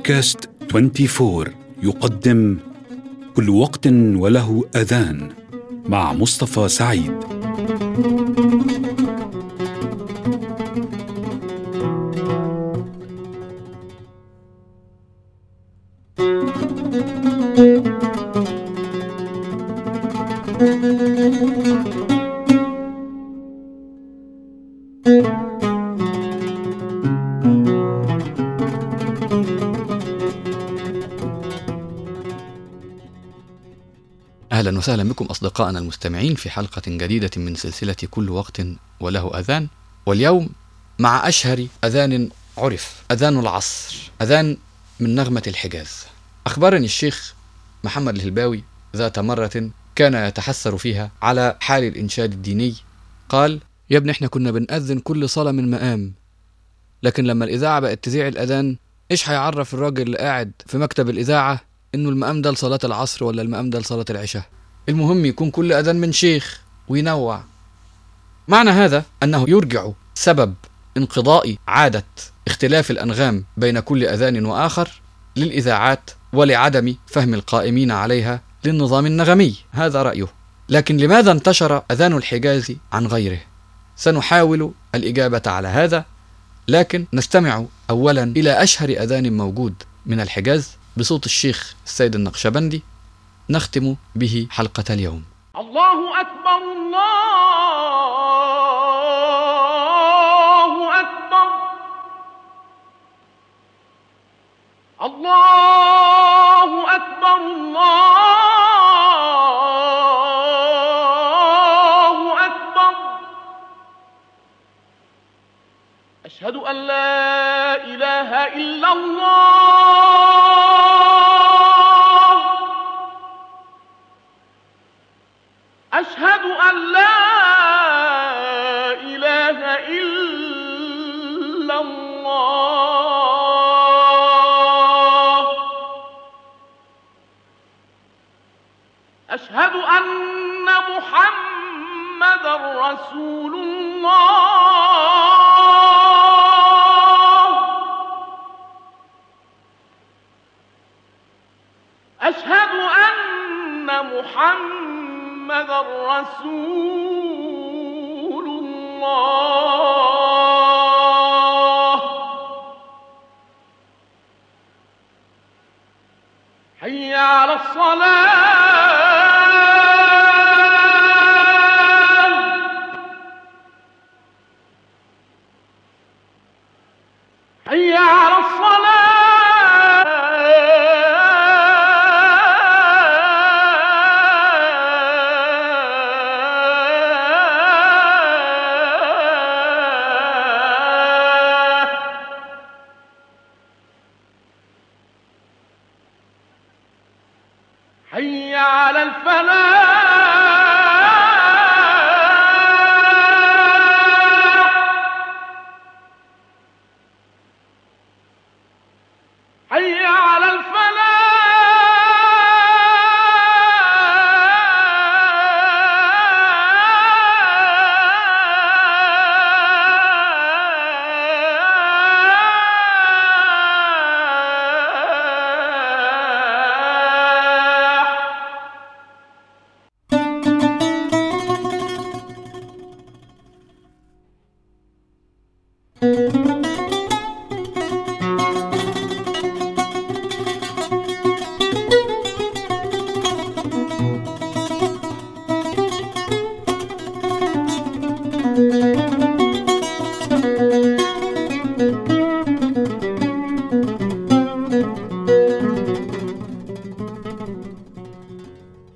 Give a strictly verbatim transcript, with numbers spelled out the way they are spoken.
بودكاست أربعة وعشرين يقدم كل وقت وله أذان مع مصطفى سعيد. أهلا وسهلا بكم أصدقائنا المستمعين في حلقة جديدة من سلسلة كل وقت وله أذان، واليوم مع أشهر أذان عرف، أذان العصر، أذان من نغمة الحجاز. أخبرني الشيخ محمد الهلباوي ذات مرة كان يتحسر فيها على حال الإنشاد الديني. قال: يا ابني احنا كنا بنأذن كل صلاة من مقام، لكن لما الإذاعة بقت تذيع الأذان إيش هيعرف الراجل اللي قاعد في مكتب الإذاعة إنه المقام ده لصلاة العصر ولا المقام ده لصلاة العشاء؟ المهم يكون كل أذان من شيخ وينوع. معنى هذا أنه يرجع سبب انقضاء عادة اختلاف الأنغام بين كل أذان وآخر للإذاعات ولعدم فهم القائمين عليها للنظام النغمي. هذا رأيه. لكن لماذا انتشر أذان الحجاز عن غيره؟ سنحاول الإجابة على هذا، لكن نستمع أولا إلى أشهر أذان موجود من الحجاز بصوت الشيخ السيد النقشبندي، نختم به حلقة اليوم. الله أكبر، الله أكبر، الله أكبر، الله أكبر. أشهد أن لا إله إلا الله، أشهد أن لا إله إلا الله، أشهد أن محمدًا رسول الله، أشهد أن محمدًا رسول الله. حي على الصلاة، حي على الصلاة. حي على الفلاح، حي على الفلاح.